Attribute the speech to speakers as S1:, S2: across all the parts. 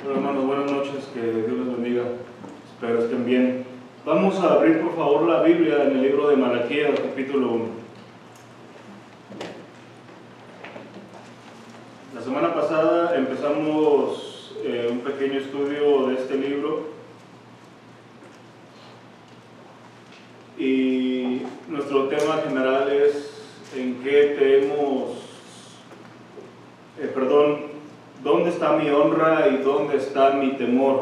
S1: Hola hermanos, buenas noches, que Dios les bendiga, espero estén bien. Vamos a abrir por favor la Biblia en el libro de Malaquías, capítulo 1. La semana pasada empezamos un pequeño estudio de este libro y nuestro tema general es ¿dónde está mi honra y dónde está mi temor?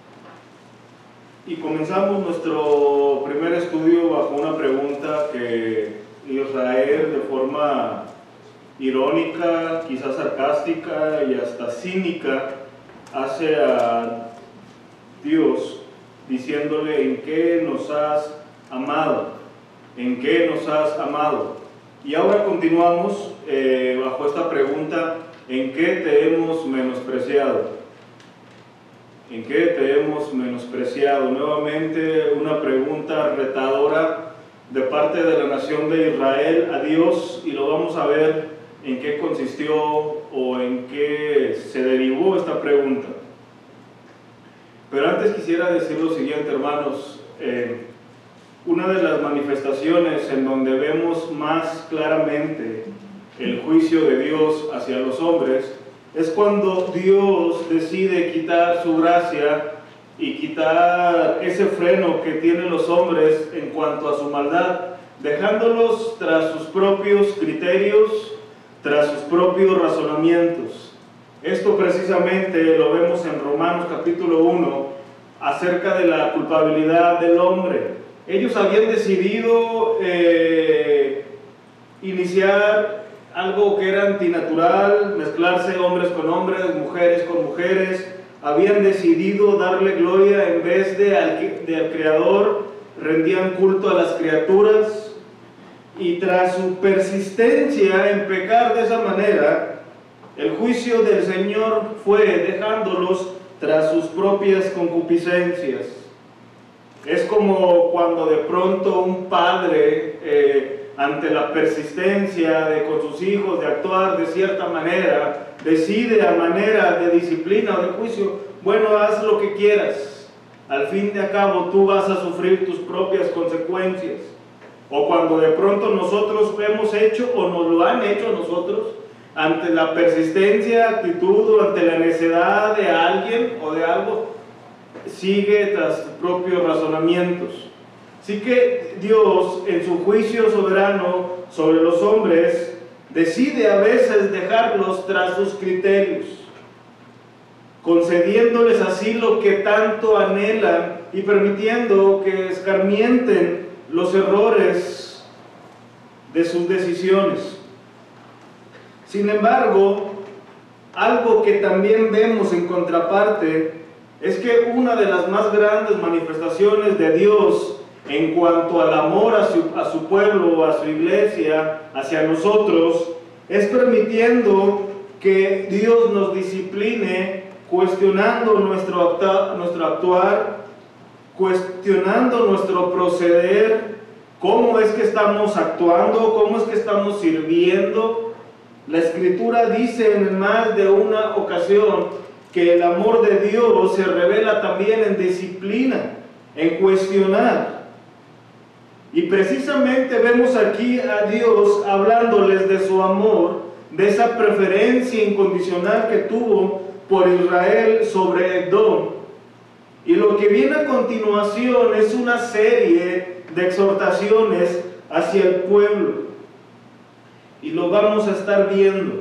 S1: Y comenzamos nuestro primer estudio bajo una pregunta que Israel, de forma irónica, quizás sarcástica y hasta cínica, hace a Dios, diciéndole: ¿en qué nos has amado? ¿En qué nos has amado? Y ahora continuamos bajo esta pregunta: ¿en qué te hemos menospreciado? ¿En qué te hemos menospreciado? Nuevamente una pregunta retadora de parte de la nación de Israel a Dios, y lo vamos a ver en qué consistió o en qué se derivó esta pregunta. Pero antes quisiera decir lo siguiente, hermanos. Una de las manifestaciones en donde vemos más claramente el juicio de Dios hacia los hombres es cuando Dios decide quitar su gracia y quitar ese freno que tienen los hombres en cuanto a su maldad, dejándolos tras sus propios criterios, tras sus propios razonamientos. Esto precisamente lo vemos en Romanos capítulo 1, acerca de la culpabilidad del hombre. Ellos habían decidido iniciar algo que era antinatural, mezclarse hombres con hombres, mujeres con mujeres. Habían decidido darle gloria en vez de al Creador, rendían culto a las criaturas, y tras su persistencia en pecar de esa manera, el juicio del Señor fue dejándolos tras sus propias concupiscencias. Es como cuando de pronto un padre, ante la persistencia con sus hijos de actuar de cierta manera, decide a manera de disciplina o de juicio: bueno, haz lo que quieras, al fin de cabo tú vas a sufrir tus propias consecuencias. O cuando de pronto nosotros hemos hecho o nos lo han hecho a nosotros, ante la persistencia, actitud o ante la necedad de alguien o de algo, sigue tras sus propios razonamientos. Así que Dios, en su juicio soberano sobre los hombres, decide a veces dejarlos tras sus criterios, concediéndoles así lo que tanto anhelan y permitiendo que escarmienten los errores de sus decisiones. Sin embargo, algo que también vemos en contraparte es que una de las más grandes manifestaciones de Dios en cuanto al amor a su pueblo, a su iglesia, hacia nosotros, es permitiendo que Dios nos discipline, cuestionando nuestro actuar, cuestionando nuestro proceder, cómo es que estamos actuando, cómo es que estamos sirviendo. La Escritura dice en más de una ocasión que el amor de Dios se revela también en disciplina, en cuestionar. Y precisamente vemos aquí a Dios hablándoles de su amor, de esa preferencia incondicional que tuvo por Israel sobre Edom. Y lo que viene a continuación es una serie de exhortaciones hacia el pueblo. Y lo vamos a estar viendo.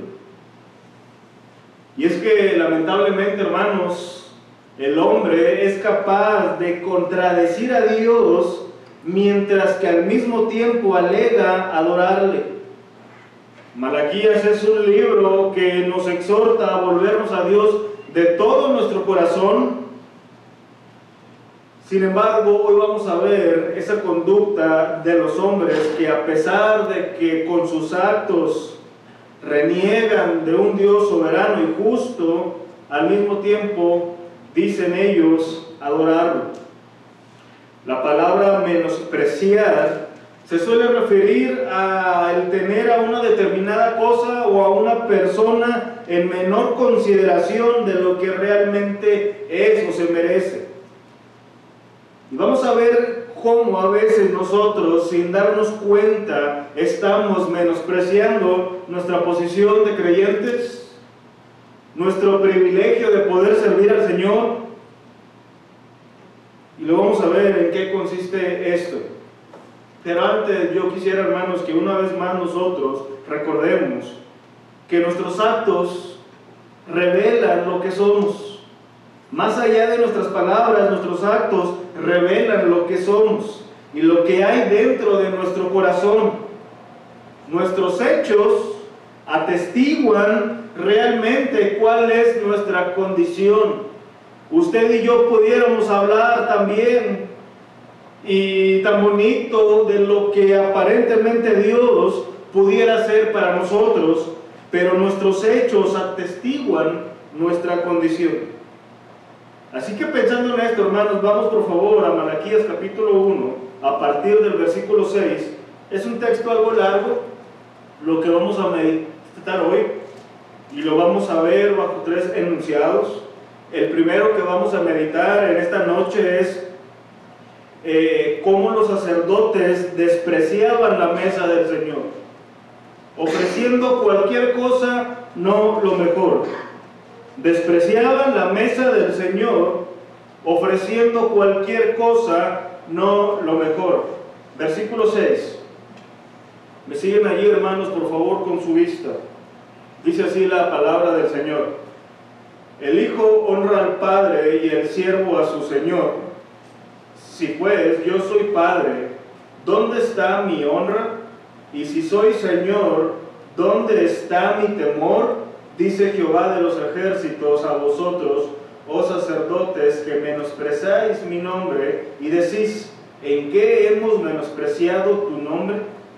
S1: Y es que lamentablemente, hermanos, el hombre es capaz de contradecir a Dios mientras que al mismo tiempo alega adorarle. Malaquías es un libro que nos exhorta a volvernos a Dios de todo nuestro corazón. Sin embargo, hoy vamos a ver esa conducta de los hombres que, a pesar de que con sus actos reniegan de un Dios soberano y justo, al mismo tiempo dicen ellos adorarlo. La palabra menospreciar se suele referir al tener a una determinada cosa o a una persona en menor consideración de lo que realmente es o se merece. Y vamos a ver cómo a veces nosotros, sin darnos cuenta, estamos menospreciando nuestra posición de creyentes, nuestro privilegio de poder servir al Señor. Y lo vamos a ver en qué consiste esto. Pero antes yo quisiera, hermanos, que una vez más nosotros recordemos que nuestros actos revelan lo que somos. Más allá de nuestras palabras, nuestros actos revelan lo que somos y lo que hay dentro de nuestro corazón. Nuestros hechos atestiguan realmente cuál es nuestra condición. Usted y yo pudiéramos hablar también y tan bonito de lo que aparentemente Dios pudiera hacer para nosotros, pero nuestros hechos atestiguan nuestra condición. Así que pensando en esto, hermanos, vamos por favor a Malaquías capítulo 1, a partir del versículo 6. Es un texto algo largo, lo que vamos a meditar hoy, y lo vamos a ver bajo 3 enunciados. El primero que vamos a meditar en esta noche es cómo los sacerdotes despreciaban la mesa del Señor, ofreciendo cualquier cosa, no lo mejor. Despreciaban la mesa del Señor, ofreciendo cualquier cosa, no lo mejor. Versículo 6. Me siguen allí, hermanos, por favor, con su vista. Dice así la palabra del Señor: el Hijo honra al Padre y el siervo a su Señor. Si pues yo soy Padre, ¿dónde está mi honra? Y si soy Señor, ¿dónde está mi temor? Dice Jehová de los ejércitos a vosotros, oh sacerdotes, que menospreciáis mi nombre, y decís: ¿en qué hemos menospreciado tu nombre?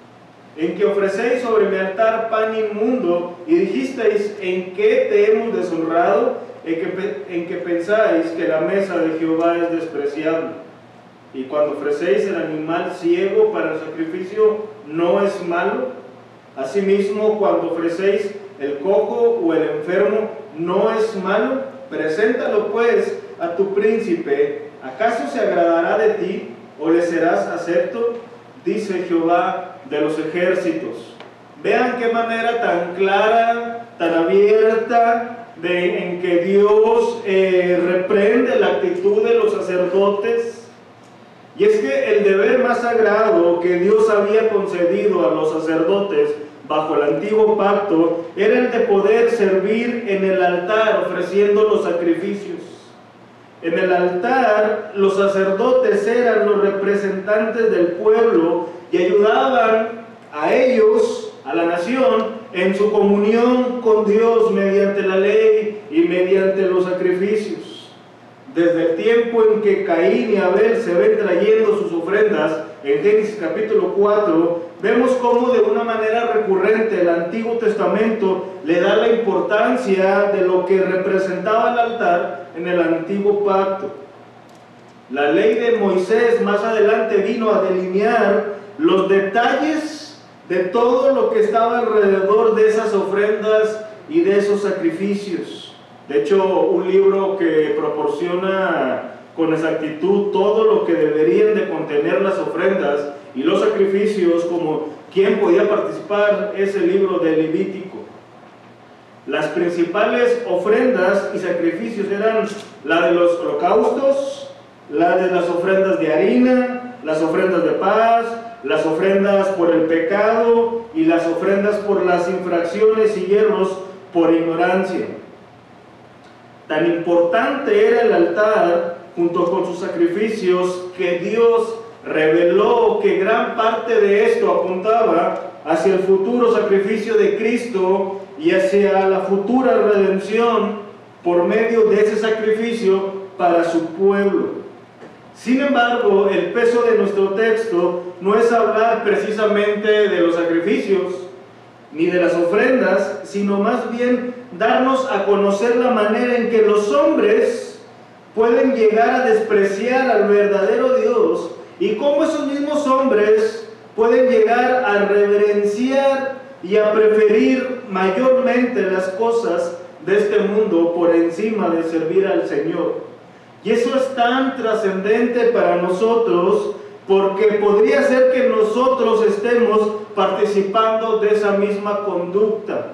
S1: En que ofrecéis sobre mi altar pan inmundo, y dijisteis: ¿en qué te hemos deshonrado? En que pensáis que la mesa de Jehová es despreciable. Y cuando ofrecéis el animal ciego para el sacrificio, ¿no es malo? Asimismo, cuando ofrecéis el cojo o el enfermo, ¿no es malo? Preséntalo pues a tu príncipe. ¿Acaso se agradará de ti o le serás acepto? Dice Jehová de los ejércitos. Vean qué manera tan clara, tan abierta, en que Dios reprende la actitud de los sacerdotes. Y es que el deber más sagrado que Dios había concedido a los sacerdotes bajo el antiguo pacto era el de poder servir en el altar ofreciendo los sacrificios. En el altar los sacerdotes eran los representantes del pueblo y ayudaban a ellos, a la nación, en su comunión con Dios mediante la ley y mediante los sacrificios. Desde el tiempo en que Caín y Abel se ven trayendo sus ofrendas, en Génesis capítulo 4, vemos cómo de una manera recurrente el Antiguo Testamento le da la importancia de lo que representaba el altar en el Antiguo Pacto. La ley de Moisés más adelante vino a delinear los detalles de todo lo que estaba alrededor de esas ofrendas y de esos sacrificios. De hecho, un libro que proporciona con exactitud todo lo que deberían de contener las ofrendas y los sacrificios, como quién podía participar, es el libro de Levítico. Las principales ofrendas y sacrificios eran la de los holocaustos, la de las ofrendas de harina, las ofrendas de paz, las ofrendas por el pecado y las ofrendas por las infracciones y hierros por ignorancia. Tan importante era el altar junto con sus sacrificios que Dios reveló que gran parte de esto apuntaba hacia el futuro sacrificio de Cristo y hacia la futura redención por medio de ese sacrificio para su pueblo. Sin embargo, el peso de nuestro texto no es hablar precisamente de los sacrificios ni de las ofrendas, sino más bien darnos a conocer la manera en que los hombres pueden llegar a despreciar al verdadero Dios y cómo esos mismos hombres pueden llegar a reverenciar y a preferir mayormente las cosas de este mundo por encima de servir al Señor. Y eso es tan trascendente para nosotros, porque podría ser que nosotros estemos participando de esa misma conducta,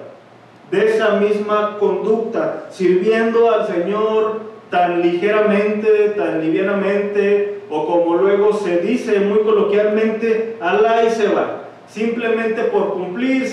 S1: sirviendo al Señor tan ligeramente, tan livianamente, o como luego se dice muy coloquialmente, alá y se va, simplemente por cumplir,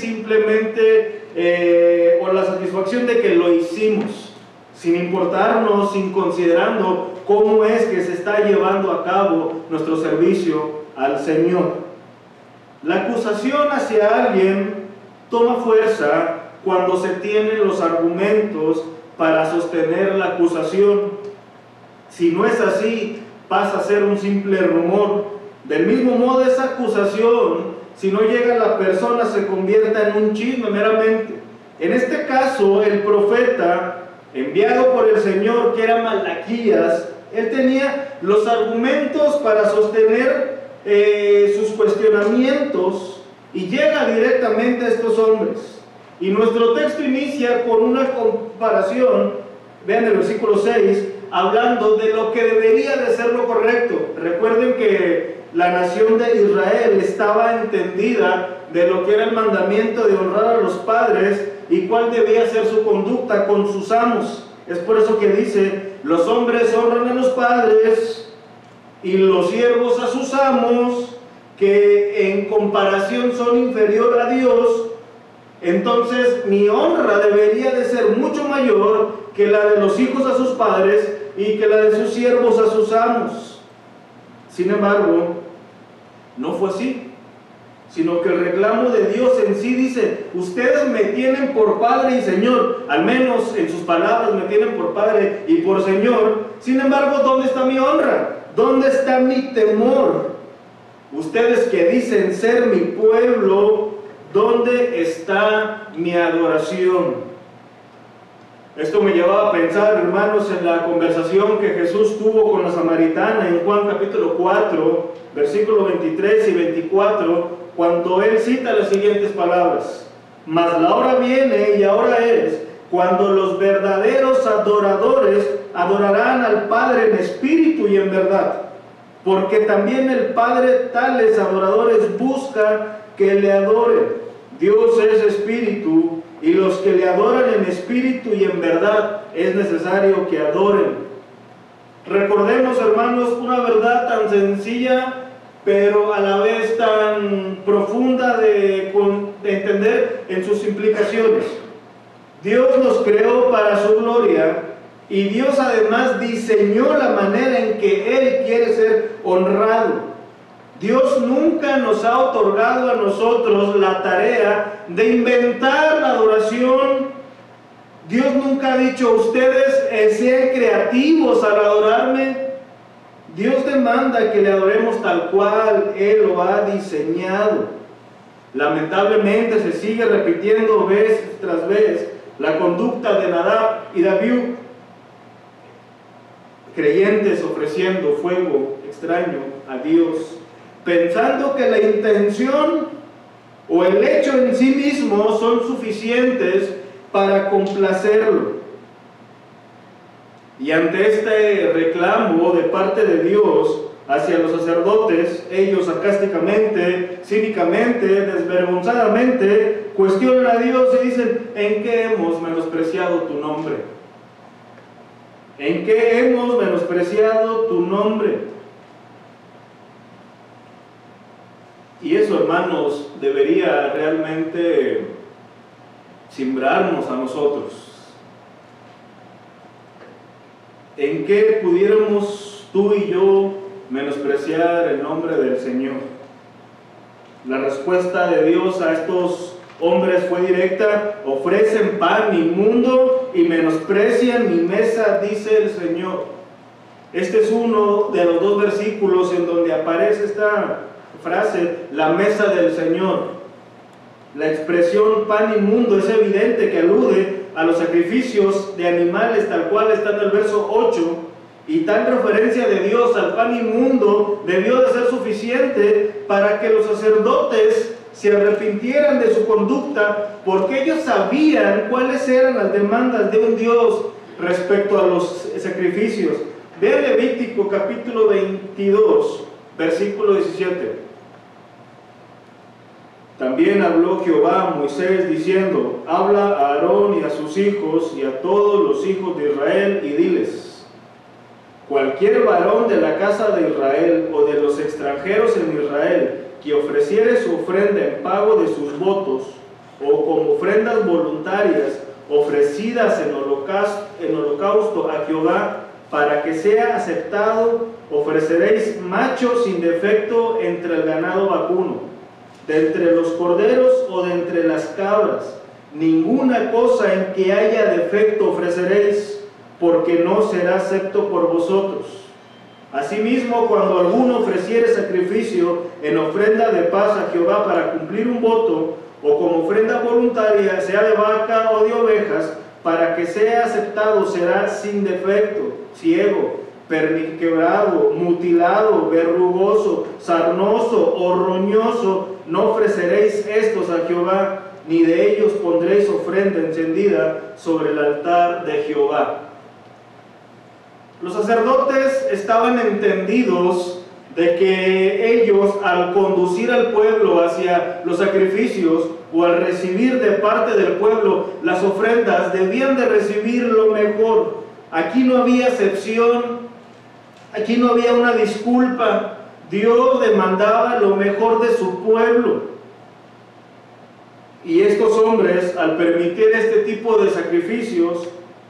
S1: simplemente por la satisfacción de que lo hicimos, sin importarnos, sin considerando cómo es que se está llevando a cabo nuestro servicio al Señor. La acusación hacia alguien toma fuerza cuando se tienen los argumentos para sostener la acusación. Si no es así, pasa a ser un simple rumor. Del mismo modo, esa acusación, si no llega a la persona, se convierta en un chisme meramente. En este caso, el profeta enviado por el Señor, que era Malaquías, él tenía los argumentos para sostener sus cuestionamientos, y llega directamente a estos hombres. Y nuestro texto inicia con una comparación, vean el versículo 6, hablando de lo que debería de ser lo correcto. Recuerden que la nación de Israel estaba entendida de lo que era el mandamiento de honrar a los padres y cuál debía ser su conducta con sus amos. Es por eso que dice: los hombres honran a los padres y los siervos a sus amos, que en comparación son inferior a Dios. Entonces mi honra debería de ser mucho mayor que la de los hijos a sus padres y que la de sus siervos a sus amos. Sin embargo, no fue así, sino que el reclamo de Dios en sí dice: ustedes me tienen por Padre y Señor, al menos en sus palabras me tienen por Padre y por Señor. Sin embargo, ¿dónde está mi honra? ¿Dónde está mi temor? Ustedes que dicen ser mi pueblo, ¿dónde está mi adoración? Esto me llevaba a pensar, hermanos, en la conversación que Jesús tuvo con la samaritana en Juan capítulo 4, versículos 23 y 24, cuando él cita las siguientes palabras: mas la hora viene y ahora es, cuando los verdaderos adoradores adorarán al Padre en espíritu y en verdad, porque también el Padre tales adoradores busca que le adoren. Dios es espíritu, y los que le adoran en espíritu y en verdad es necesario que adoren. Recordemos, hermanos, una verdad tan sencilla, pero a la vez tan profunda de entender en sus implicaciones. Dios nos creó para su gloria, y Dios además diseñó la manera en que Él quiere ser honrado. Dios nunca nos ha otorgado a nosotros la tarea de inventar la adoración. Dios nunca ha dicho: ustedes sean creativos al adorarme. Dios demanda que le adoremos tal cual Él lo ha diseñado. Lamentablemente se sigue repitiendo vez tras vez la conducta de Nadab y Abiú, creyentes ofreciendo fuego extraño a Dios, pensando que la intención o el hecho en sí mismo son suficientes para complacerlo. Y ante este reclamo de parte de Dios hacia los sacerdotes, ellos sarcásticamente, cínicamente, desvergonzadamente cuestionan a Dios y dicen: ¿en qué hemos menospreciado tu nombre? ¿En qué hemos menospreciado tu nombre? Y eso, hermanos, debería realmente simbrarnos a nosotros. ¿En qué pudiéramos tú y yo menospreciar el nombre del Señor? La respuesta de Dios a estos hombres fue directa: ofrecen pan inmundo y menosprecian mi mesa, dice el Señor. Este es uno de los dos versículos en donde aparece esta frase, la mesa del Señor. La expresión pan inmundo es evidente que alude a los sacrificios de animales, tal cual está en el verso 8, Y tal referencia de Dios al pan inmundo debió de ser suficiente para que los sacerdotes se arrepintieran de su conducta, porque ellos sabían cuáles eran las demandas de un Dios respecto a los sacrificios. Vean Levítico capítulo 22, versículo 17. También habló Jehová a Moisés diciendo: habla a Aarón y a sus hijos y a todos los hijos de Israel y diles: cualquier varón de la casa de Israel o de los extranjeros en Israel que ofreciere su ofrenda en pago de sus votos o como ofrendas voluntarias ofrecidas en holocausto a Jehová, para que sea aceptado, ofreceréis macho sin defecto entre el ganado vacuno, de entre los corderos o de entre las cabras. Ninguna cosa en que haya defecto ofreceréis, porque no será acepto por vosotros. Asimismo, cuando alguno ofreciere sacrificio en ofrenda de paz a Jehová para cumplir un voto, o como ofrenda voluntaria, sea de vaca o de ovejas, para que sea aceptado, será sin defecto, ciego, perniquebrado, mutilado, verrugoso, sarnoso o roñoso. No ofreceréis estos a Jehová, ni de ellos pondréis ofrenda encendida sobre el altar de Jehová. Los sacerdotes estaban entendidos de que ellos, al conducir al pueblo hacia los sacrificios o al recibir de parte del pueblo las ofrendas, debían de recibir lo mejor. Aquí no había excepción, aquí no había una disculpa. Dios demandaba lo mejor de su pueblo. Y estos hombres, al permitir este tipo de sacrificios,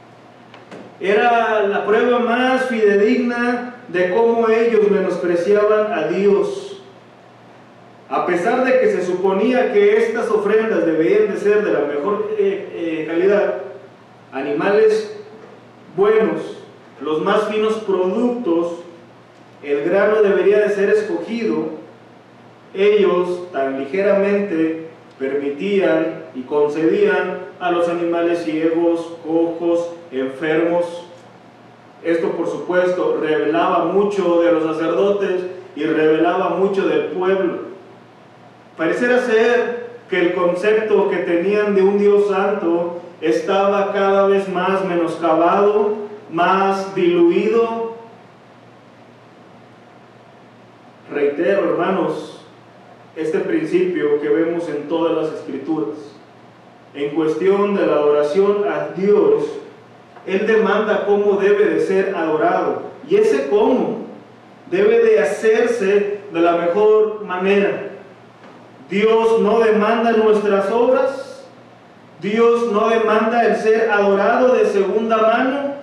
S1: era la prueba más fidedigna de cómo ellos menospreciaban a Dios. A pesar de que se suponía que estas ofrendas debían de ser de la mejor calidad, animales buenos, los más finos productos, el grano debería de ser escogido, ellos tan ligeramente permitían y concedían a los animales ciegos, cojos, enfermos. Esto, por supuesto, revelaba mucho de los sacerdotes y revelaba mucho del pueblo. Pareciera ser que el concepto que tenían de un Dios santo estaba cada vez más menoscabado, más diluido. Reitero, hermanos, este principio que vemos en todas las Escrituras. En cuestión de la adoración a Dios, Él demanda cómo debe de ser adorado. Y ese cómo debe de hacerse de la mejor manera. Dios no demanda nuestras obras. Dios no demanda el ser adorado de segunda mano.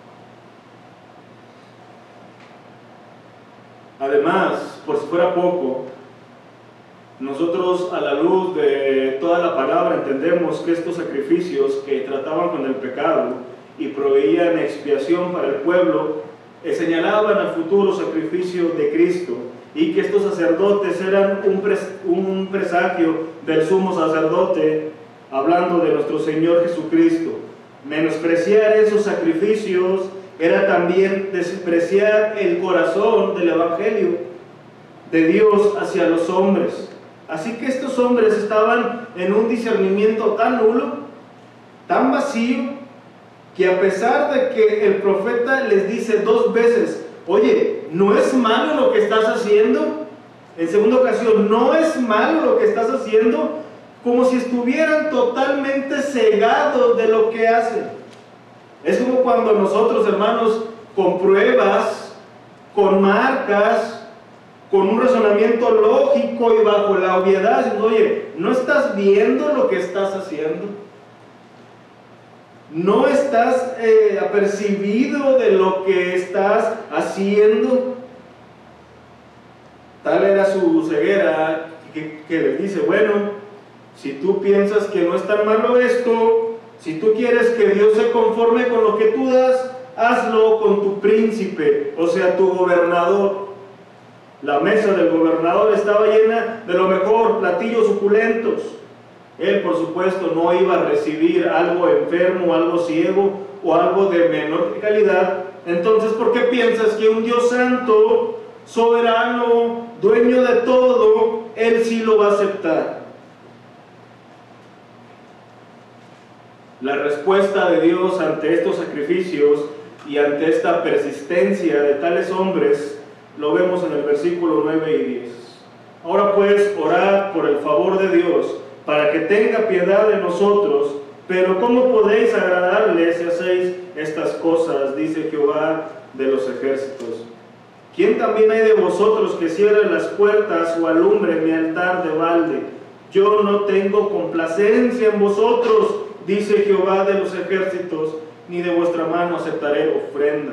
S1: Además, por si fuera poco, nosotros, a la luz de toda la palabra, entendemos que estos sacrificios que trataban con el pecado y proveían expiación para el pueblo, señalaban al futuro sacrificio de Cristo, y que estos sacerdotes eran un presagio del sumo sacerdote, hablando de nuestro Señor Jesucristo. Menospreciar esos sacrificios era también despreciar el corazón del Evangelio de Dios hacia los hombres. Así que estos hombres estaban en un discernimiento tan nulo, tan vacío, que a pesar de que el profeta les dice 2 veces: oye, ¿no es malo lo que estás haciendo? En segunda ocasión, ¿no es malo lo que estás haciendo? Como si estuvieran totalmente cegados de lo que hacen. Es como cuando nosotros, hermanos, con pruebas, con marcas, con un razonamiento lógico y bajo la obviedad, diciendo: oye, ¿no estás viendo lo que estás haciendo? ¿No estás apercibido de lo que estás haciendo? Tal era su ceguera que les dice: bueno, si tú piensas que no es tan malo esto, si tú quieres que Dios se conforme con lo que tú das, hazlo con tu príncipe, o sea, tu gobernador. La mesa del gobernador estaba llena de lo mejor, platillos suculentos. Él, por supuesto, no iba a recibir algo enfermo, algo ciego o algo de menor calidad Entonces, ¿por qué piensas que un Dios santo, soberano, dueño de todo, Él sí lo va a aceptar? La respuesta de Dios ante estos sacrificios y ante esta persistencia de tales hombres lo vemos en el versículo 9 y 10. Ahora pues, orad por el favor de Dios, para que tenga piedad de nosotros. Pero ¿cómo podéis agradarle si hacéis estas cosas? Dice Jehová de los ejércitos. ¿Quién también hay de vosotros que cierre las puertas o alumbre mi altar de balde? Yo no tengo complacencia en vosotros, dice Jehová de los ejércitos, ni de vuestra mano aceptaré ofrenda.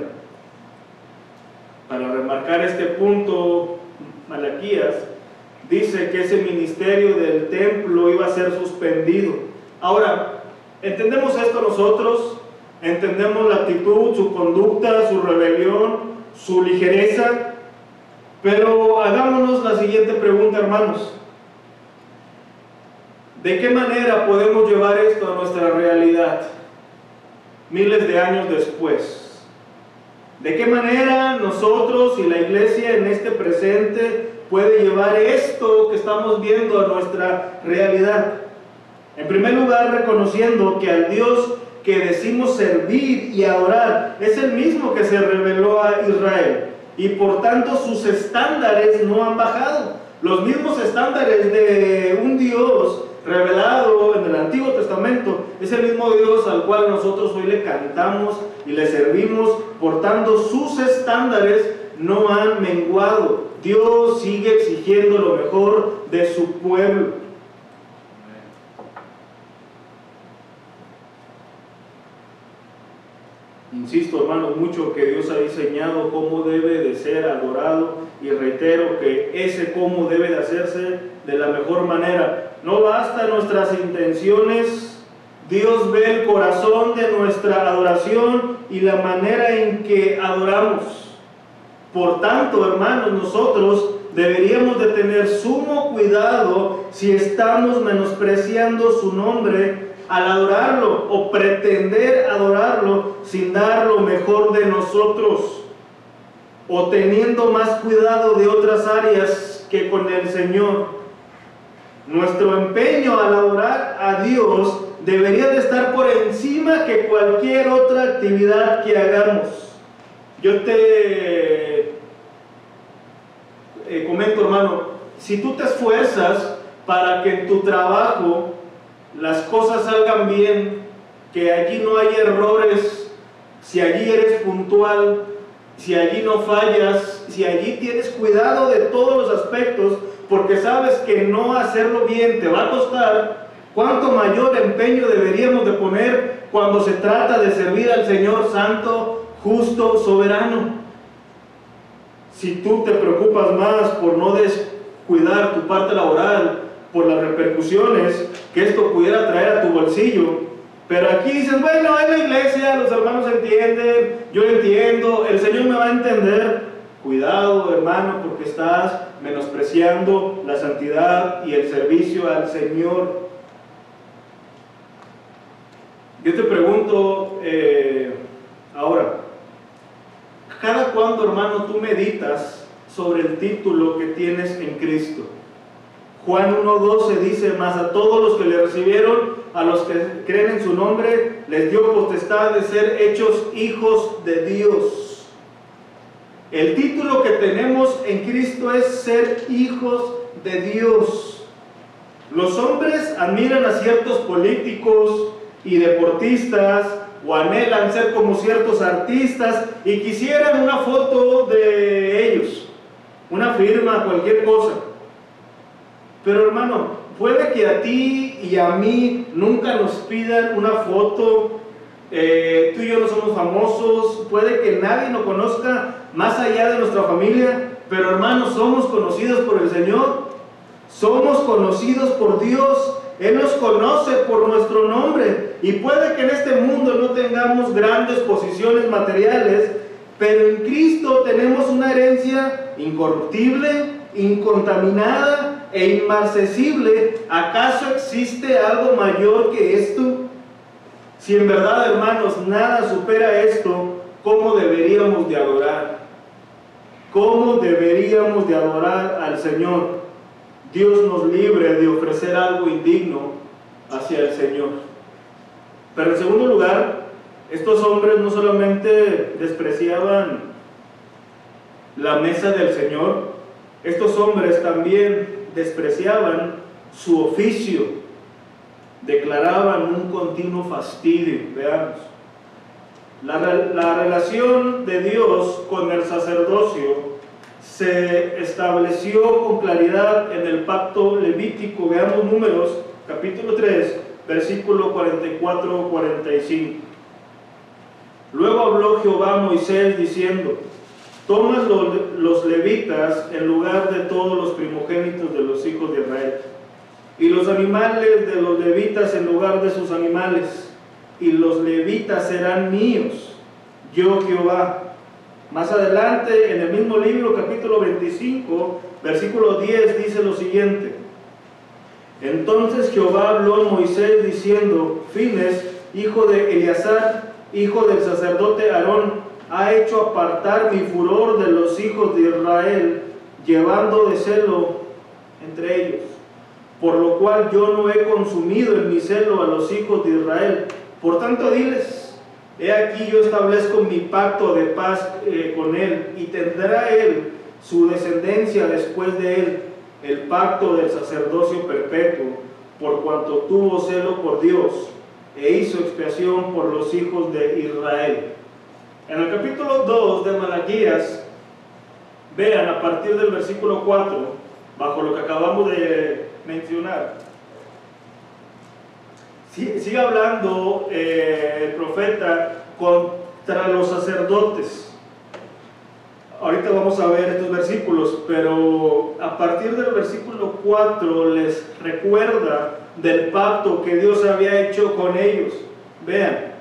S1: Para remarcar este punto, Malaquías dice que ese ministerio del templo iba a ser suspendido. Ahora, ¿entendemos esto nosotros? ¿Entendemos la actitud, su conducta, su rebelión, su ligereza? Pero hagámonos la siguiente pregunta, hermanos. ¿De qué manera podemos llevar esto a nuestra realidad miles de años después? ¿De qué manera nosotros y la iglesia en este presente puede llevar esto que estamos viendo a nuestra realidad? En primer lugar, reconociendo que al Dios que decimos servir y adorar es el mismo que se reveló a Israel, y por tanto sus estándares no han bajado. Los mismos estándares de un Dios revelado en el Antiguo Testamento es el mismo Dios al cual nosotros hoy le cantamos y le servimos. Por tanto, sus estándares no han menguado. Dios sigue exigiendo lo mejor de su pueblo. Insisto, hermanos, mucho que Dios ha diseñado cómo debe de ser adorado, y reitero que ese cómo debe de hacerse de la mejor manera. No basta nuestras intenciones, Dios ve el corazón de nuestra adoración y la manera en que adoramos. Por tanto, hermanos, nosotros deberíamos de tener sumo cuidado si estamos menospreciando su nombre al adorarlo, o pretender adorarlo sin dar lo mejor de nosotros, o teniendo más cuidado de otras áreas que con el Señor. Nuestro empeño al adorar a Dios debería de estar por encima que cualquier otra actividad que hagamos. Yo te comento, hermano, si tú te esfuerzas para que en tu trabajo las cosas salgan bien, que allí no hay errores, si allí eres puntual, si allí no fallas, si allí tienes cuidado de todos los aspectos, porque sabes que no hacerlo bien te va a costar, ¿cuánto mayor empeño deberíamos de poner cuando se trata de servir al Señor santo, justo, soberano? Si tú te preocupas más por no descuidar tu parte laboral, por las repercusiones que esto pudiera traer a tu bolsillo, pero aquí dices, bueno, en la iglesia los hermanos entienden, yo entiendo, el Señor me va a entender. Cuidado, hermano, porque estás menospreciando la santidad y el servicio al Señor. Yo te pregunto ahora, ¿cada cuándo, hermano, tú meditas sobre el título que tienes en Cristo? Juan 1:12 dice, mas a todos los que le recibieron, a los que creen en su nombre, les dio potestad de ser hechos hijos de Dios. El título que tenemos en Cristo es ser hijos de Dios. Los hombres admiran a ciertos políticos y deportistas, o anhelan ser como ciertos artistas, y quisieran una foto de ellos, una firma, cualquier cosa. Pero, hermano, puede que a ti y a mí nunca nos pidan una foto. Tú y yo no somos famosos, puede que nadie nos conozca más allá de nuestra familia, pero, hermanos, somos conocidos por el Señor, somos conocidos por Dios. Él nos conoce por nuestro nombre, y puede que en este mundo no tengamos grandes posiciones materiales, pero en Cristo tenemos una herencia incorruptible, incontaminada e inmarcesible. ¿Acaso existe algo mayor que esto? Si en verdad, hermanos, nada supera esto, cómo deberíamos de adorar. ¿Cómo deberíamos de adorar al Señor? Dios nos libre de ofrecer algo indigno hacia el Señor. Pero en segundo lugar, estos hombres no solamente despreciaban la mesa del Señor, estos hombres también despreciaban su oficio, declaraban un continuo fastidio. Veamos. La relación de Dios con el sacerdocio se estableció con claridad en el pacto levítico. Veamos Números, capítulo 3, versículo 44-45. Luego habló Jehová a Moisés diciendo: tomas los levitas en lugar de todos los primogénitos de los hijos de Israel, y los animales de los levitas en lugar de sus animales, y los levitas serán míos, yo Jehová. Más adelante, en el mismo libro, capítulo 25, versículo 10, dice lo siguiente: entonces Jehová habló a Moisés diciendo: Fines, hijo de Eleazar, hijo del sacerdote Aarón, ha hecho apartar mi furor de los hijos de Israel, llevando de celo entre ellos, por lo cual yo no he consumido en mi celo a los hijos de Israel. Por tanto diles: he aquí yo establezco mi pacto de paz con él, y tendrá él su descendencia después de él, el pacto del sacerdocio perpetuo, por cuanto tuvo celo por Dios e hizo expiación por los hijos de Israel. En el capítulo 2 de Malaquías, vean a partir del versículo 4, bajo lo que acabamos de mencionar, sigue hablando el profeta contra los sacerdotes. Ahorita vamos a ver estos versículos, pero a partir del versículo 4 les recuerda del pacto que Dios había hecho con ellos. Vean: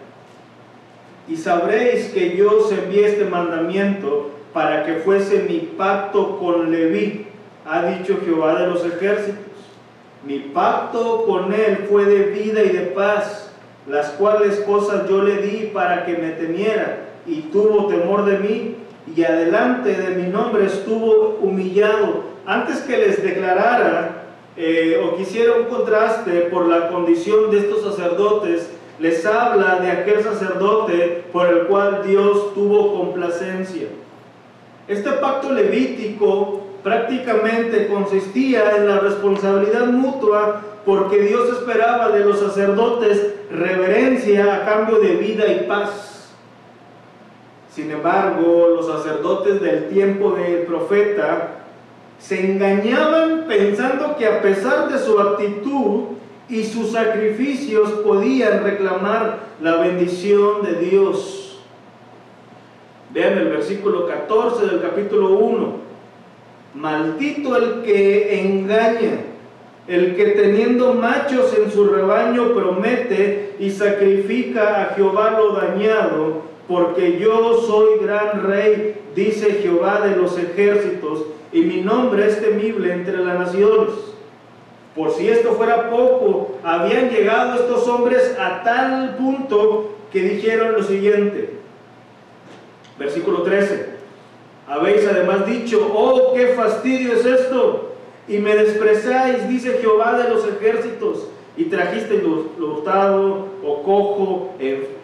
S1: y sabréis que yo os envié este mandamiento para que fuese mi pacto con Leví, ha dicho Jehová de los ejércitos. Mi pacto con él fue de vida y de paz, las cuales cosas yo le di para que me temiera, y tuvo temor de mí, y adelante de mi nombre estuvo humillado. Antes que les declarara o quisiera un contraste por la condición de estos sacerdotes, les habla de aquel sacerdote por el cual Dios tuvo complacencia. Este pacto levítico prácticamente consistía en la responsabilidad mutua, porque Dios esperaba de los sacerdotes reverencia a cambio de vida y paz. Sin embargo, los sacerdotes del tiempo del profeta se engañaban pensando que a pesar de su actitud y sus sacrificios podían reclamar la bendición de Dios. Vean el versículo 14 del capítulo 1. Maldito el que engaña, el que teniendo machos en su rebaño promete y sacrifica a Jehová lo dañado, porque yo soy gran rey, dice Jehová de los ejércitos, y mi nombre es temible entre las naciones. Por si esto fuera poco, habían llegado estos hombres a tal punto que dijeron lo siguiente, versículo 13: habéis además dicho: oh, qué fastidio es esto, y me despreciáis, dice Jehová de los ejércitos, y trajisteis lo hurtado, o cojo,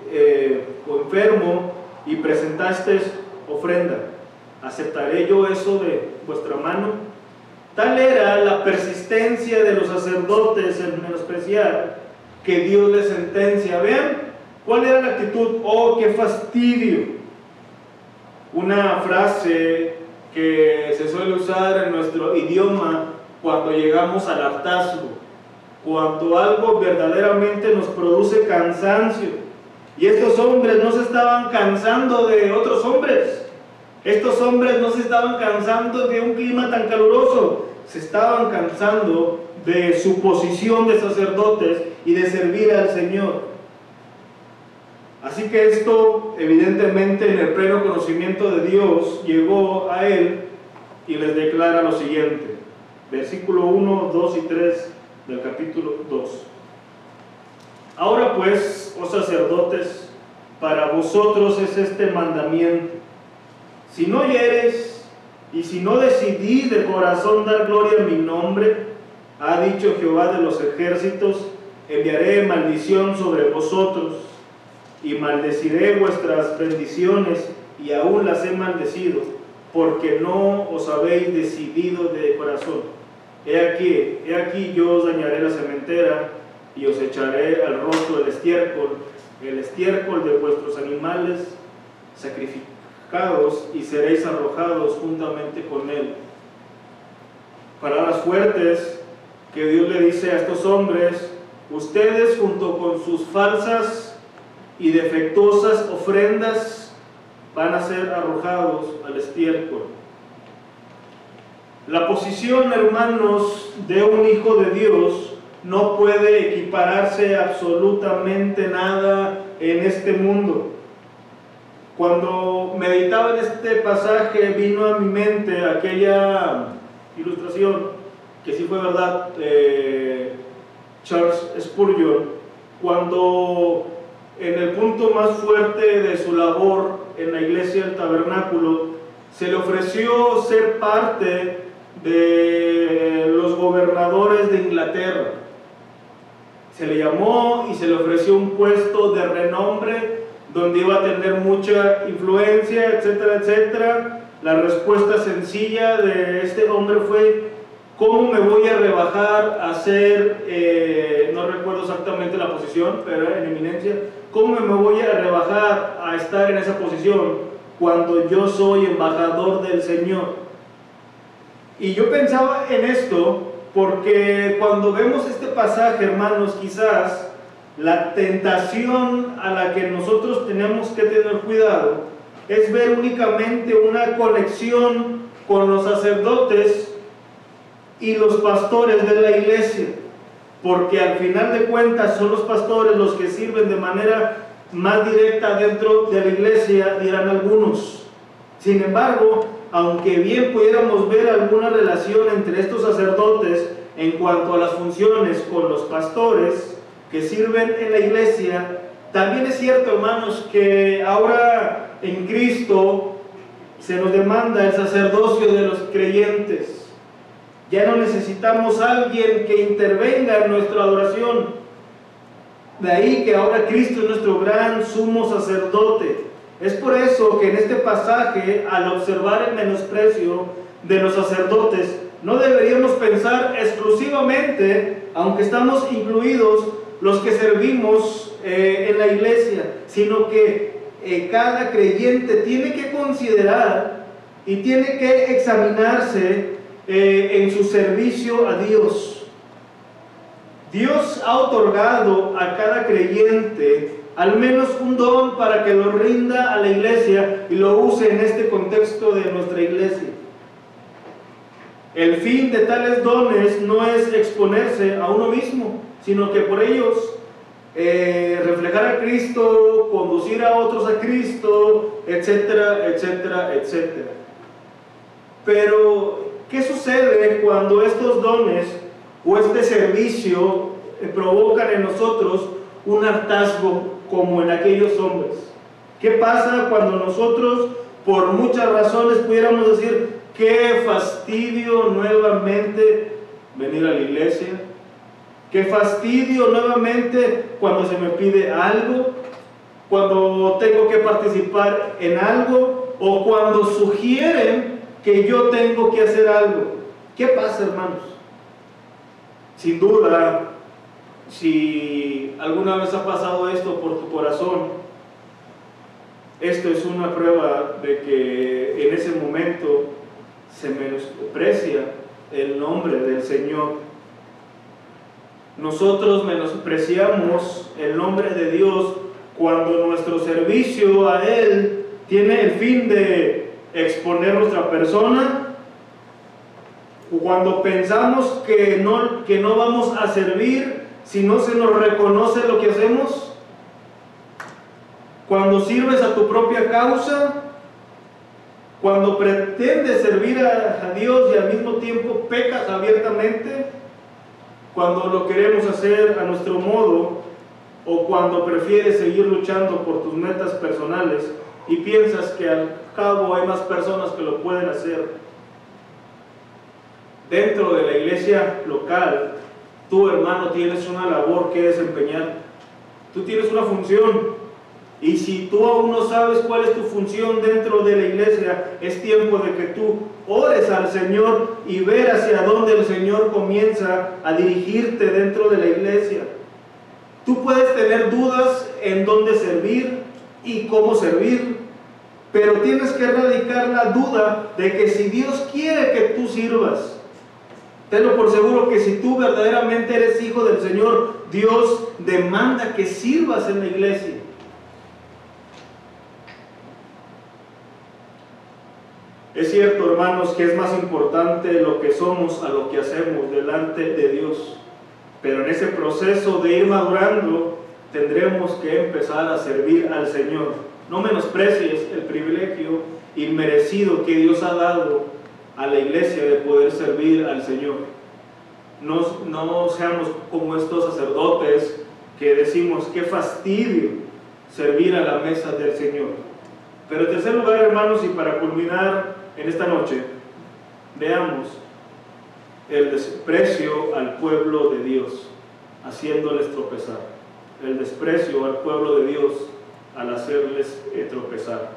S1: o enfermo, y presentasteis ofrenda. ¿Aceptaré yo eso de vuestra mano? Tal era la persistencia de los sacerdotes en menospreciar, que Dios les sentencia. Vean cuál era la actitud: oh, qué fastidio. Una frase que se suele usar en nuestro idioma cuando llegamos al hartazgo, cuando algo verdaderamente nos produce cansancio. Y estos hombres no se estaban cansando de otros hombres. Estos hombres no se estaban cansando de un clima tan caluroso. Se estaban cansando de su posición de sacerdotes y de servir al Señor. Así que esto, evidentemente, en el pleno conocimiento de Dios, llegó a él y les declara lo siguiente. Versículo 1, 2 y 3 del capítulo 2. Ahora pues, oh sacerdotes, para vosotros es este mandamiento: si no oyereis y si no decidís de corazón dar gloria a mi nombre, ha dicho Jehová de los ejércitos, enviaré maldición sobre vosotros y maldeciré vuestras bendiciones, y aún las he maldecido, porque no os habéis decidido de corazón. He aquí yo os dañaré la sementera y os echaré al rostro el estiércol de vuestros animales sacrificados, y seréis arrojados juntamente con él. Palabras fuertes que Dios le dice a estos hombres: ustedes, junto con sus falsas y defectuosas ofrendas, van a ser arrojados al estiércol. La posición, hermanos, de un hijo de Dios no puede equipararse absolutamente nada en este mundo. Cuando meditaba en este pasaje, vino a mi mente aquella ilustración, que sí fue verdad, Charles Spurgeon, cuando en el punto más fuerte de su labor en la iglesia del Tabernáculo, se le ofreció ser parte de los gobernadores de Inglaterra. Se le llamó y se le ofreció un puesto de renombre donde iba a tener mucha influencia, etcétera, etcétera. La respuesta sencilla de este hombre fue: ¿cómo me voy a rebajar a ser, no recuerdo exactamente la posición, pero era en eminencia, cómo me voy a rebajar a estar en esa posición cuando yo soy embajador del Señor? Y yo pensaba en esto porque cuando vemos este pasaje, hermanos, quizás la tentación a la que nosotros tenemos que tener cuidado es ver únicamente una conexión con los sacerdotes y los pastores de la iglesia, porque al final de cuentas son los pastores los que sirven de manera más directa dentro de la iglesia, dirán algunos. Sin embargo, aunque bien pudiéramos ver alguna relación entre estos sacerdotes en cuanto a las funciones con los pastores que sirven en la iglesia, también es cierto, hermanos, que ahora en Cristo se nos demanda el sacerdocio de los creyentes. Ya no necesitamos a alguien que intervenga en nuestra adoración. De ahí que ahora Cristo es nuestro gran sumo sacerdote. Es por eso que en este pasaje, al observar el menosprecio de los sacerdotes, no deberíamos pensar exclusivamente, aunque estamos incluidos los que servimos en la iglesia, sino que cada creyente tiene que considerar y tiene que examinarse en su servicio a Dios. Dios ha otorgado a cada creyente al menos un don para que lo rinda a la iglesia y lo use en este contexto de nuestra iglesia. El fin de tales dones no es exponerse a uno mismo, sino que por ellos reflejar a Cristo, conducir a otros a Cristo, etcétera, etcétera, etcétera. Pero, ¿qué sucede cuando estos dones o este servicio provocan en nosotros un hartazgo como en aquellos hombres? ¿Qué pasa cuando nosotros, por muchas razones, pudiéramos decir: qué fastidio nuevamente venir a la iglesia? Qué fastidio nuevamente cuando se me pide algo, cuando tengo que participar en algo, o cuando sugieren que yo tengo que hacer algo. ¿Qué pasa, hermanos? Sin duda, si alguna vez ha pasado esto por tu corazón, esto es una prueba de que en ese momento se menosprecia el nombre del Señor. Nosotros menospreciamos el nombre de Dios cuando nuestro servicio a Él tiene el fin de exponer nuestra persona, o cuando pensamos que no vamos a servir si no se nos reconoce lo que hacemos, cuando sirves a tu propia causa, cuando pretendes servir a Dios y al mismo tiempo pecas abiertamente, cuando lo queremos hacer a nuestro modo, o cuando prefieres seguir luchando por tus metas personales y piensas que al cabo hay más personas que lo pueden hacer. Dentro de la iglesia local, tú, hermano, tienes una labor que desempeñar. Tú tienes una función. Y si tú aún no sabes cuál es tu función dentro de la iglesia, es tiempo de que tú ores al Señor y ver hacia dónde el Señor comienza a dirigirte dentro de la iglesia. Tú puedes tener dudas en dónde servir y cómo servir, pero tienes que erradicar la duda de que si Dios quiere que tú sirvas, tenlo por seguro que si tú verdaderamente eres hijo del Señor, Dios demanda que sirvas en la iglesia. Es cierto, hermanos, que es más importante lo que somos a lo que hacemos delante de Dios. Pero en ese proceso de ir madurando, tendremos que empezar a servir al Señor. No menosprecies el privilegio inmerecido que Dios ha dado a la iglesia de poder servir al Señor. No seamos como estos sacerdotes que decimos, qué fastidio servir a la mesa del Señor. Pero en tercer lugar, hermanos, y para culminar en esta noche, veamos el desprecio al pueblo de Dios, haciéndoles tropezar. El desprecio al pueblo de Dios al hacerles tropezar.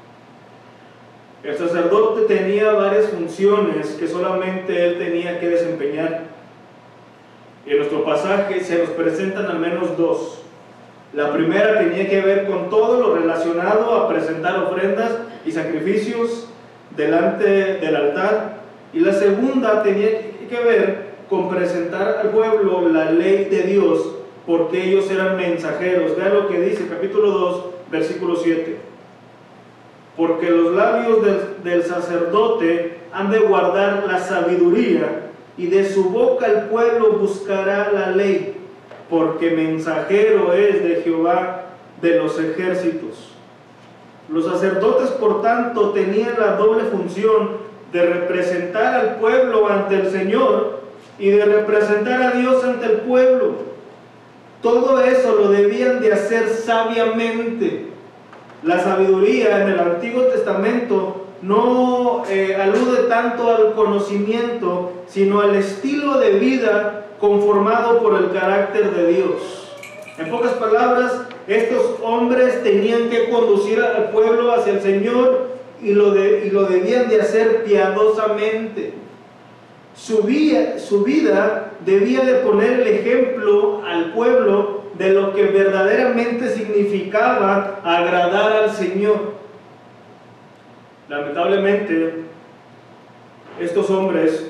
S1: El sacerdote tenía varias funciones que solamente él tenía que desempeñar. En nuestro pasaje se nos presentan al menos dos. La primera tenía que ver con todo lo relacionado a presentar ofrendas y sacrificios delante del altar, y la segunda tenía que ver con presentar al pueblo la ley de Dios, porque ellos eran mensajeros. Vean lo que dice capítulo 2, versículo 7. Porque los labios del sacerdote han de guardar la sabiduría, y de su boca el pueblo buscará la ley, porque mensajero es de Jehová de los ejércitos. Los sacerdotes, por tanto, tenían la doble función de representar al pueblo ante el Señor y de representar a Dios ante el pueblo. Todo eso lo debían de hacer sabiamente. La sabiduría en el Antiguo Testamento no alude tanto al conocimiento, sino al estilo de vida conformado por el carácter de Dios. En pocas palabras, estos hombres tenían que conducir al pueblo hacia el Señor y lo debían de hacer piadosamente. Su vida debía de poner el ejemplo al pueblo de lo que verdaderamente significaba agradar al Señor. Lamentablemente, estos hombres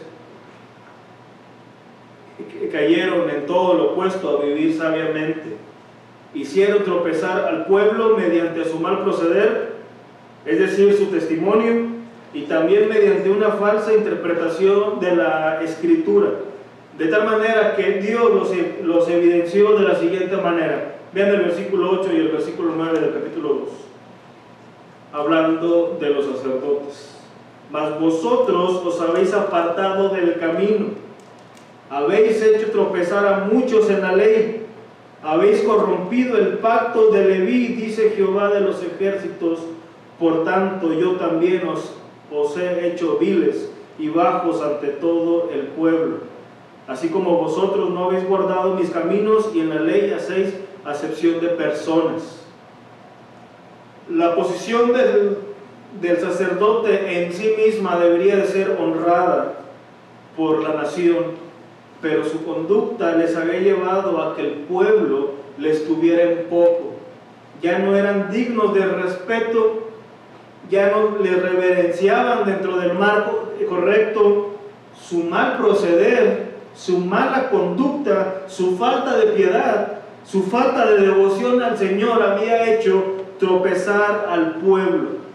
S1: cayeron en todo lo opuesto a vivir sabiamente. Hicieron tropezar al pueblo mediante su mal proceder, es decir, su testimonio, y también mediante una falsa interpretación de la Escritura, de tal manera que Dios los evidenció de la siguiente manera. Vean el versículo 8 y el versículo 9 del capítulo 2, hablando de los sacerdotes. Mas vosotros os habéis apartado del camino, habéis hecho tropezar a muchos en la ley, habéis corrompido el pacto de Leví, dice Jehová de los ejércitos. Por tanto, yo también os he hecho viles y bajos ante todo el pueblo. Así como vosotros no habéis guardado mis caminos, y en la ley hacéis acepción de personas. La posición del sacerdote en sí misma debería de ser honrada por la nación, pero su conducta les había llevado a que el pueblo les tuviera en poco. Ya no eran dignos de respeto, ya no les reverenciaban dentro del marco correcto. Su mal proceder, su mala conducta, su falta de piedad, su falta de devoción al Señor había hecho tropezar al pueblo.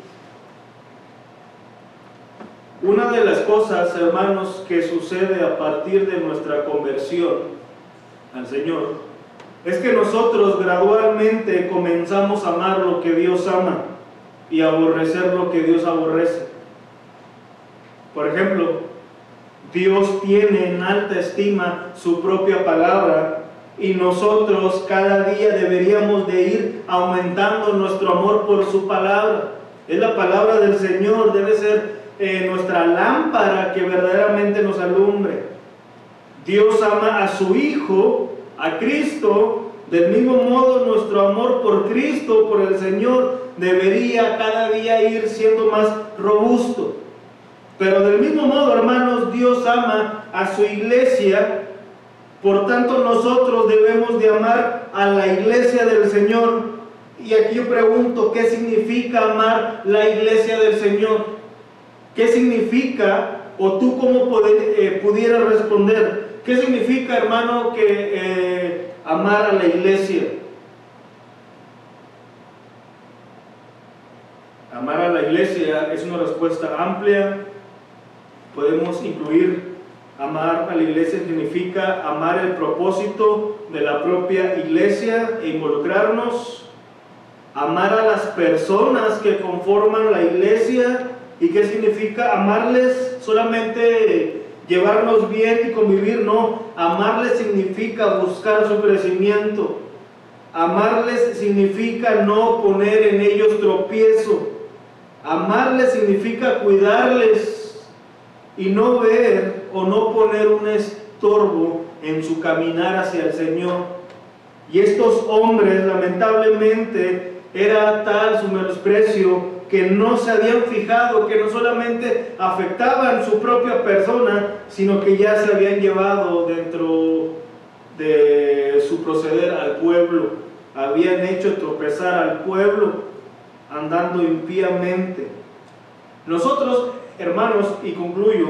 S1: Una de las cosas, hermanos, que sucede a partir de nuestra conversión al Señor es que nosotros gradualmente comenzamos a amar lo que Dios ama y a aborrecer lo que Dios aborrece. Por ejemplo, Dios tiene en alta estima su propia palabra y nosotros cada día deberíamos de ir aumentando nuestro amor por su palabra. Es la palabra del Señor, debe ser nuestra lámpara que verdaderamente nos alumbre. Dios ama a su Hijo, a Cristo. Del mismo modo, nuestro amor por Cristo, por el Señor, debería cada día ir siendo más robusto. Pero del mismo modo, hermanos, Dios ama a su iglesia. Por tanto, nosotros debemos de amar a la iglesia del Señor. Y aquí yo pregunto, ¿qué significa amar la iglesia del Señor? ¿Qué significa, o tú cómo pudieras responder? ¿Qué significa, hermano, que amar a la iglesia? Amar a la iglesia es una respuesta amplia. Podemos incluir amar a la iglesia significa amar el propósito de la propia iglesia e involucrarnos. Amar a las personas que conforman la iglesia. ¿Y qué significa amarles? Solamente llevarnos bien y convivir, no. Amarles significa buscar su crecimiento. Amarles significa no poner en ellos tropiezo. Amarles significa cuidarles y no ver o no poner un estorbo en su caminar hacia el Señor. Y estos hombres, lamentablemente, era tal su menosprecio que no se habían fijado, que no solamente afectaban su propia persona, sino que ya se habían llevado dentro de su proceder al pueblo, habían hecho tropezar al pueblo, andando impíamente. Nosotros, hermanos, y concluyo,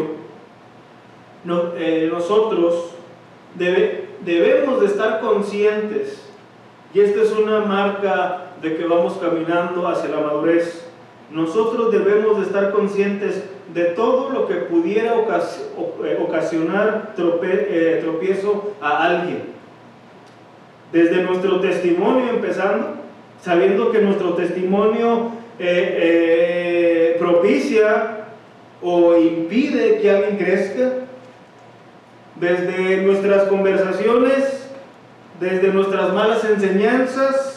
S1: nosotros debemos de estar conscientes, y esta es una marca de que vamos caminando hacia la madurez. Nosotros debemos de estar conscientes de todo lo que pudiera ocasionar tropiezo a alguien. Desde nuestro testimonio empezando, sabiendo que nuestro testimonio propicia o impide que alguien crezca. Desde nuestras conversaciones, desde nuestras malas enseñanzas.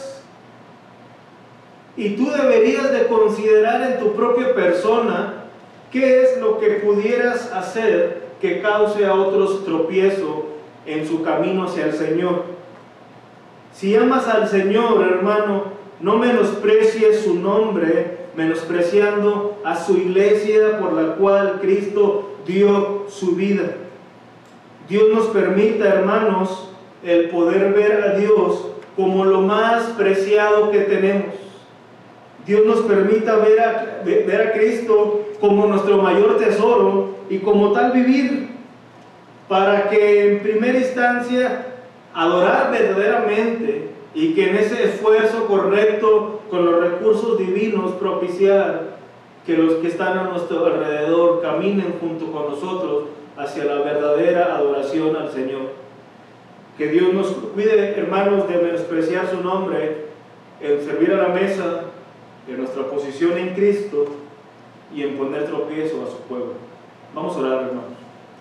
S1: Y tú deberías de considerar en tu propia persona qué es lo que pudieras hacer que cause a otros tropiezo en su camino hacia el Señor. Si amas al Señor, hermano, no menosprecies su nombre, menospreciando a su iglesia por la cual Cristo dio su vida. Dios nos permita, hermanos, el poder ver a Dios como lo más preciado que tenemos. Dios nos permita ver a Cristo como nuestro mayor tesoro y como tal vivir, para que en primera instancia adorar verdaderamente y que en ese esfuerzo correcto con los recursos divinos propiciar que los que están a nuestro alrededor caminen junto con nosotros hacia la verdadera adoración al Señor. Que Dios nos cuide, hermanos, de menospreciar su nombre, en servir a la mesa, en nuestra posición en Cristo y en poner tropiezo a su pueblo. Vamos a orar, hermanos.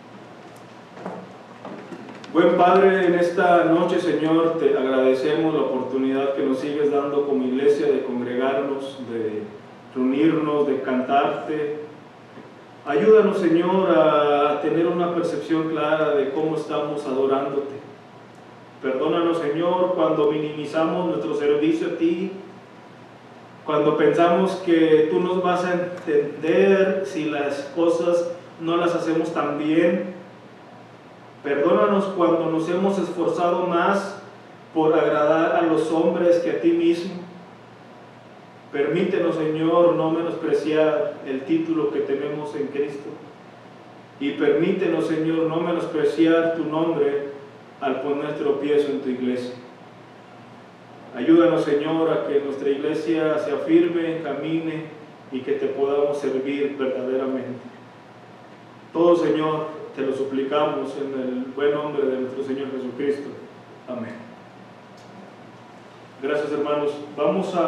S1: Buen Padre, en esta noche, Señor, te agradecemos la oportunidad que nos sigues dando como iglesia de congregarnos, de reunirnos, de cantarte. Ayúdanos, Señor, a tener una percepción clara de cómo estamos adorándote. Perdónanos, Señor, cuando minimizamos nuestro servicio a ti, cuando pensamos que tú nos vas a entender si las cosas no las hacemos tan bien. Perdónanos cuando nos hemos esforzado más por agradar a los hombres que a ti mismo. Permítenos, Señor, no menospreciar el título que tenemos en Cristo. Y permítenos, Señor, no menospreciar tu nombre al poner tropiezo en tu iglesia. Ayúdanos, Señor, a que nuestra iglesia sea firme, camine y que te podamos servir verdaderamente. Todo, Señor, te lo suplicamos en el buen nombre de nuestro Señor Jesucristo. Amén. Gracias, hermanos. Vamos a